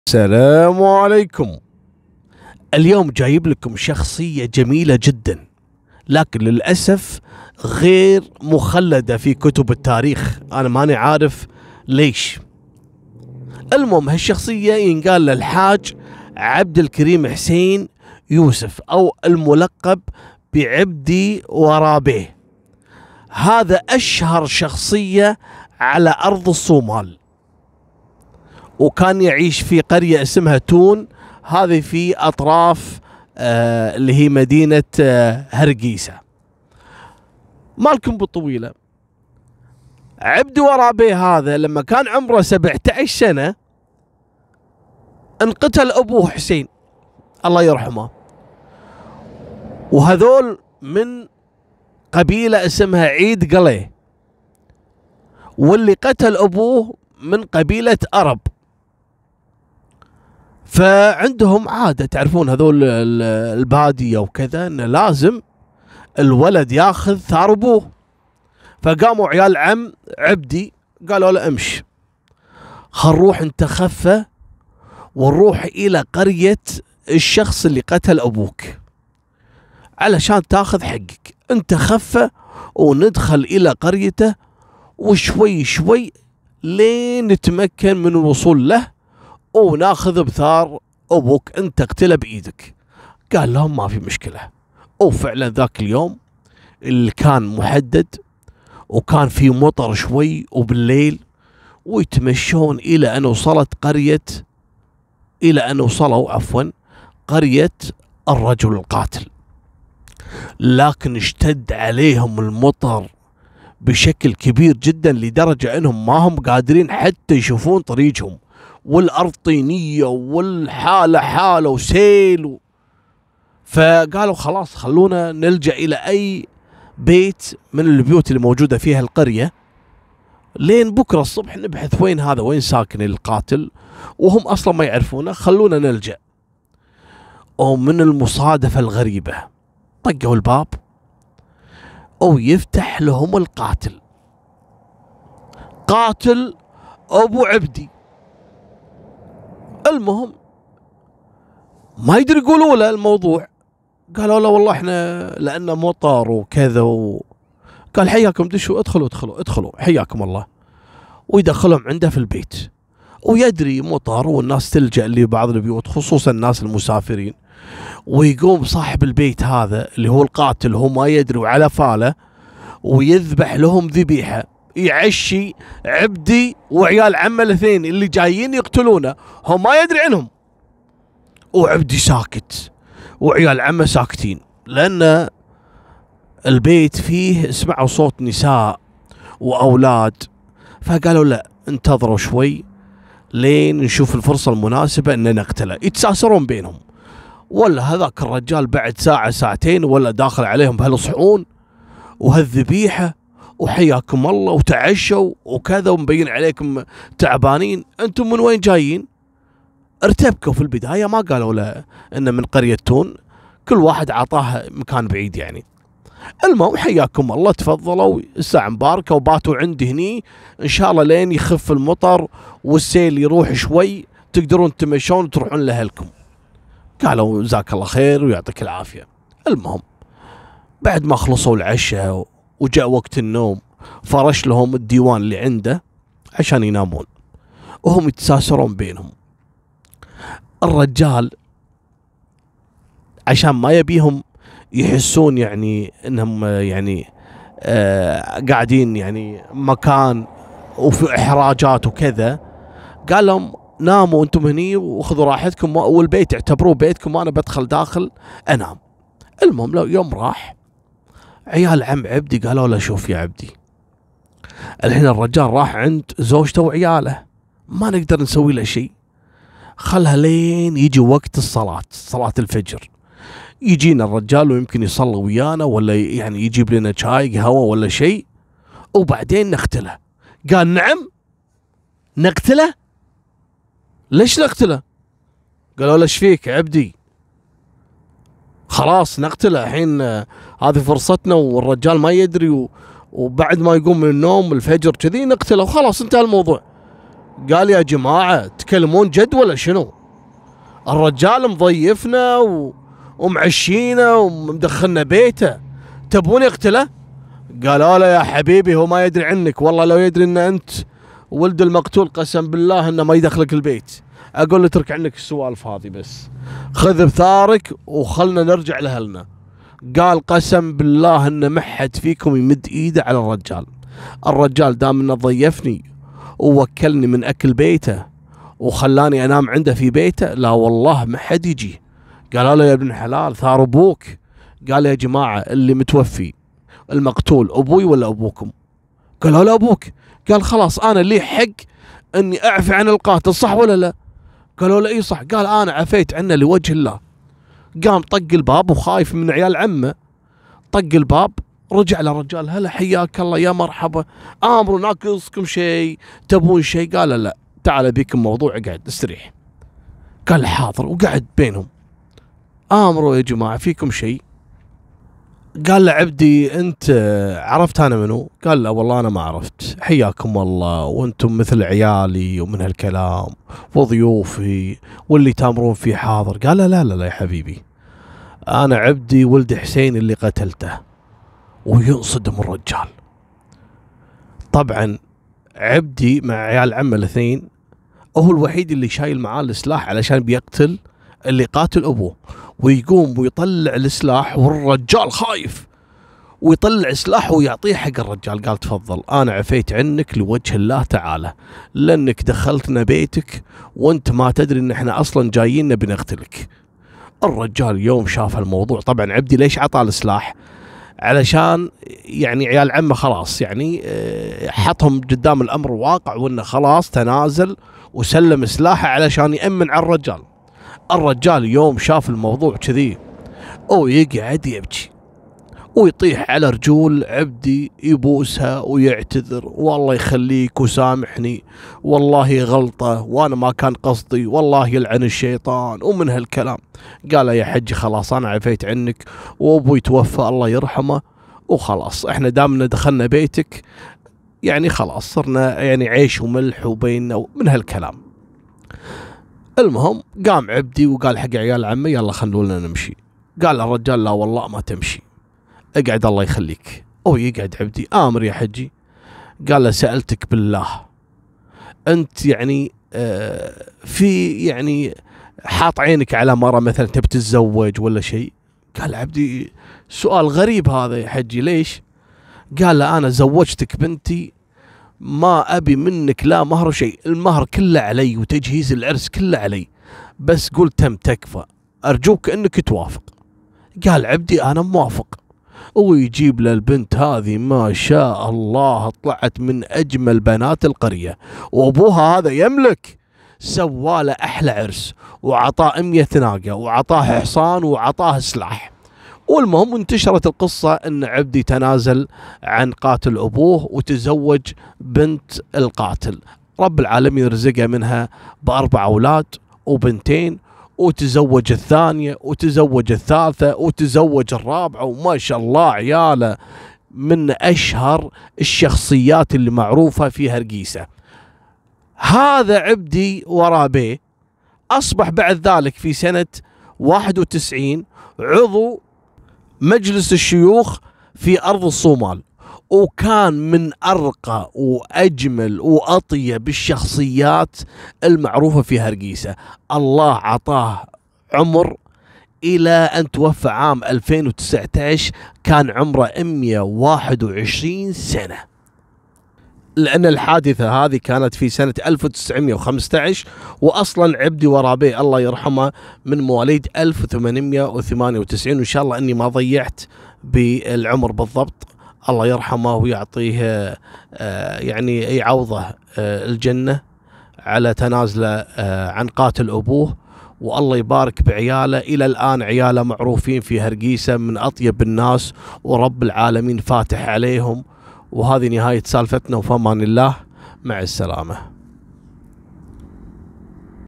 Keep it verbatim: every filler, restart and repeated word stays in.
السلام عليكم. اليوم جايب لكم شخصية جميلة جدا، لكن للأسف غير مخلدة في كتب التاريخ. أنا ماني عارف ليش. المهم هالشخصية ينقال للحاج عبد الكريم حسين يوسف، أو الملقب بعبدي ورابيه. هذا أشهر شخصية على أرض الصومال، وكان يعيش في قرية اسمها تون، هذه في أطراف آه اللي هي مدينة آه هرقيسة. مالكم بالطويلة، عبد ورابيه هذا لما كان عمره سبعة عشر سنة انقتل أبوه حسين الله يرحمه، وهذول من قبيلة اسمها عيد قليه، واللي قتل أبوه من قبيلة أرب. فعندهم عادة، تعرفون هذول البادية وكذا، انه لازم الولد ياخذ ثار ابوه. فقاموا عيال عم عبدي قالوا له امش، خل نروح نتخفى ونروح الى قرية الشخص اللي قتل ابوك علشان تاخذ حقك. انت خفى وندخل الى قريته، وشوي شوي لين نتمكن من الوصول له وناخذ بثار ابوك، انت اقتله بايدك. قال لهم ما في مشكله. وفعلا ذاك اليوم اللي كان محدد، وكان في مطر شوي وبالليل، ويتمشون الى ان وصلت قريه الى ان وصلوا عفوا قريه الرجل القاتل. لكن اشتد عليهم المطر بشكل كبير جدا، لدرجه انهم ما هم قادرين حتى يشوفون طريقهم، والأرض طينية والحالة حالة وسيل و... فقالوا خلاص خلونا نلجأ إلى أي بيت من البيوت اللي موجودة فيها القرية، لين بكرة الصبح نبحث وين هذا، وين ساكن القاتل، وهم أصلا ما يعرفونه، خلونا نلجأ. ومن المصادفة الغريبة طقوا الباب ويفتح لهم القاتل، قاتل أبو عبدي. المهم ما يدري يقولوا له الموضوع، قالوا له والله احنا لأنه مطر وكذا و... قال حياكم دشوا، ادخلوا ادخلوا ادخلوا حياكم الله. ويدخلهم عنده في البيت، ويدري مطر والناس تلجأ لبعض البيوت خصوصا الناس المسافرين. ويقوم صاحب البيت هذا اللي هو القاتل، هو ما يدري وعلى فاله، ويذبح لهم ذبيحة، يعشي عبدي وعيال عمه الاثنين اللي جايين يقتلونه، هم ما يدري عنهم. وعبدي ساكت وعيال عمه ساكتين، لأن البيت فيه سمعوا صوت نساء وأولاد. فقالوا لا انتظروا شوي لين نشوف الفرصة المناسبة ان نقتله. يتساسرون بينهم، ولا هذاك الرجال بعد ساعة ساعتين ولا داخل عليهم بهالصحون وهالذبيحة وحياكم الله وتعشوا وكذا، ومبين عليكم تعبانين، انتم من وين جايين؟ ارتبكوا في البداية، ما قالوا له ان من قرية تون، كل واحد عطاه مكان بعيد يعني. المهم حياكم الله تفضلوا، الساعة مباركة، وباتوا عندي هني ان شاء الله لين يخف المطر والسيل يروح شوي تقدرون تمشون وتروحون لأهلكم. قالوا جزاك الله خير ويعطيك العافية. المهم بعد ما خلصوا العشاء وجاء وقت النوم، فرش لهم الديوان اللي عنده عشان ينامون، وهم يتساسرون بينهم. الرجال عشان ما يبيهم يحسون يعني انهم يعني آه قاعدين يعني مكان وفي احراجات وكذا، قال لهم ناموا انتم هني وخذوا راحتكم، والبيت اعتبروه بيتكم، وانا بدخل داخل انام. المهم لو يوم راح، عيال عم عبدي قالوا له شوف يا عبدي، الحين الرجال راح عند زوجته وعياله، ما نقدر نسوي له شيء، خلها لين يجي وقت الصلاة، صلاة الفجر، يجينا الرجال ويمكن يصلي ويانا، ولا يعني يجيب لنا شاي قهوة ولا شيء، وبعدين نقتله. قال نعم نقتله؟ ليش نقتله؟ قالوا له ايش فيك عبدي؟ خلاص نقتله الحين، هذه فرصتنا والرجال ما يدري، وبعد ما يقوم من النوم الفجر كذي نقتله وخلاص انتهى الموضوع. قال يا جماعة تكلمون جد ولا شنو؟ الرجال مضيفنا و... ومعشينا ومدخلنا بيته، تبون يقتله؟ قالوا له يا حبيبي هو ما يدري عنك، والله لو يدري ان انت ولد المقتول قسم بالله انه ما يدخلك البيت. اقول له اترك عنك السوالف هذه بس، خذ بثارك وخلنا نرجع لأهلنا. قال قسم بالله ان ما حد فيكم يمد ايده على الرجال. الرجال دام انه ضيفني ووكلني من اكل بيته وخلاني انام عنده في بيته، لا والله ما حد يجي. قالوا له يا ابن الحلال ثار ابوك. قال يا جماعه اللي متوفي المقتول ابوي ولا ابوكم؟ قالوا له ابوك. قال خلاص انا لي حق اني اعفي عن القاتل، صح ولا لا؟ قالوا له اي صح. قال انا عفيت عنه لوجه الله. قام طق الباب وخايف من عيال عمه، طق الباب، رجع للرجال هلا حياك الله يا مرحبا، امر ناقصكم شيء تبون شيء؟ قال لا تعال بيكم موضوع، اقعد استريح. قال حاضر، وقعد بينهم. امروا يا جماعه فيكم شيء؟ قال له عبدي انت عرفت انا منو؟ قال لا والله انا ما عرفت، حياكم الله وانتم مثل عيالي ومن هالكلام وضيوفي واللي تامرون فيه حاضر. قال لا لا لا يا حبيبي انا عبدي ولد حسين اللي قتلته. وينصدم الرجال. طبعا عبدي مع عيال عمه الاثنين هو الوحيد اللي شايل معاه السلاح علشان بيقتل اللي قاتل ابوه، ويقوم ويطلع السلاح والرجال خايف، ويطلع سلاحه ويعطيه حق الرجال. قال تفضل انا عفيت عنك لوجه الله تعالى، لانك دخلتنا بيتك وانت ما تدري ان احنا اصلا جايين بنقتلك. الرجال يوم شاف الموضوع، طبعا عبدي ليش عطاه السلاح؟ علشان يعني عيال عمه خلاص يعني حطهم قدام الامر الواقع وانه خلاص تنازل وسلم سلاحه علشان يأمن على الرجال. الرجال يوم شاف الموضوع كذي ويقعد يبكي ويطيح على رجول عبدي يبوسها ويعتذر، والله يخليك وسامحني والله غلطة وانا ما كان قصدي والله يلعن الشيطان ومن هالكلام. قال يا حجي خلاص انا عفيت عنك وابوي توفى الله يرحمه وخلاص احنا دامنا دخلنا بيتك يعني خلاص صرنا يعني عيش وملح وبيننا من هالكلام. المهم قام عبدي وقال حق عيال عمي يلا خلونا نمشي. قال الرجال لا والله ما تمشي، اقعد الله يخليك. او يقعد عبدي. امر يا حجي. قال له سألتك بالله انت يعني آه في يعني حاط عينك على مرة مثلا تبي تتزوج ولا شيء؟ قال عبدي سؤال غريب هذا يا حجي ليش؟ قال له انا زوجتك بنتي ما ابي منك لا مهر شيء، المهر كله علي وتجهيز العرس كله علي، بس قلت تم تكفى ارجوك انك توافق. قال عبدي انا موافق. ويجيب للبنت هذه ما شاء الله طلعت من اجمل بنات القريه، وابوها هذا يملك سواله احلى عرس وعطاه مية ناقه وعطاه حصان وعطاه سلاح. والمهم انتشرت القصة ان عبدي تنازل عن قاتل ابوه وتزوج بنت القاتل. رب العالمين رزقه منها باربع اولاد وبنتين، وتزوج الثانية وتزوج الثالثة وتزوج الرابعة، وما شاء الله عياله من اشهر الشخصيات اللي معروفة في هرقيسة. هذا عبدي ورابيه اصبح بعد ذلك في سنة واحد وتسعين عضو مجلس الشيوخ في أرض الصومال، وكان من أرقى وأجمل وأطيب الشخصيات المعروفة في هرقيسة. الله عطاه عمر إلى أن توفى عام ألفين وتسعة عشر كان عمره مئة وواحد وعشرين سنة، لأن الحادثة هذه كانت في سنة ألف وتسعمئة وخمسة عشر، وأصلا عبدي ورابيه الله يرحمه من مواليد ألف وثمانمئة وثمانية وتسعين. وإن شاء الله أني ما ضيعت بالعمر بالضبط، الله يرحمه ويعطيه يعني يعوضه الجنة على تنازله عن قاتل أبوه، والله يبارك بعياله. إلى الآن عياله معروفين في هرقيسة من أطيب الناس، ورب العالمين فاتح عليهم. وهذه نهاية سالفتنا، وفي أمان الله، مع السلامة.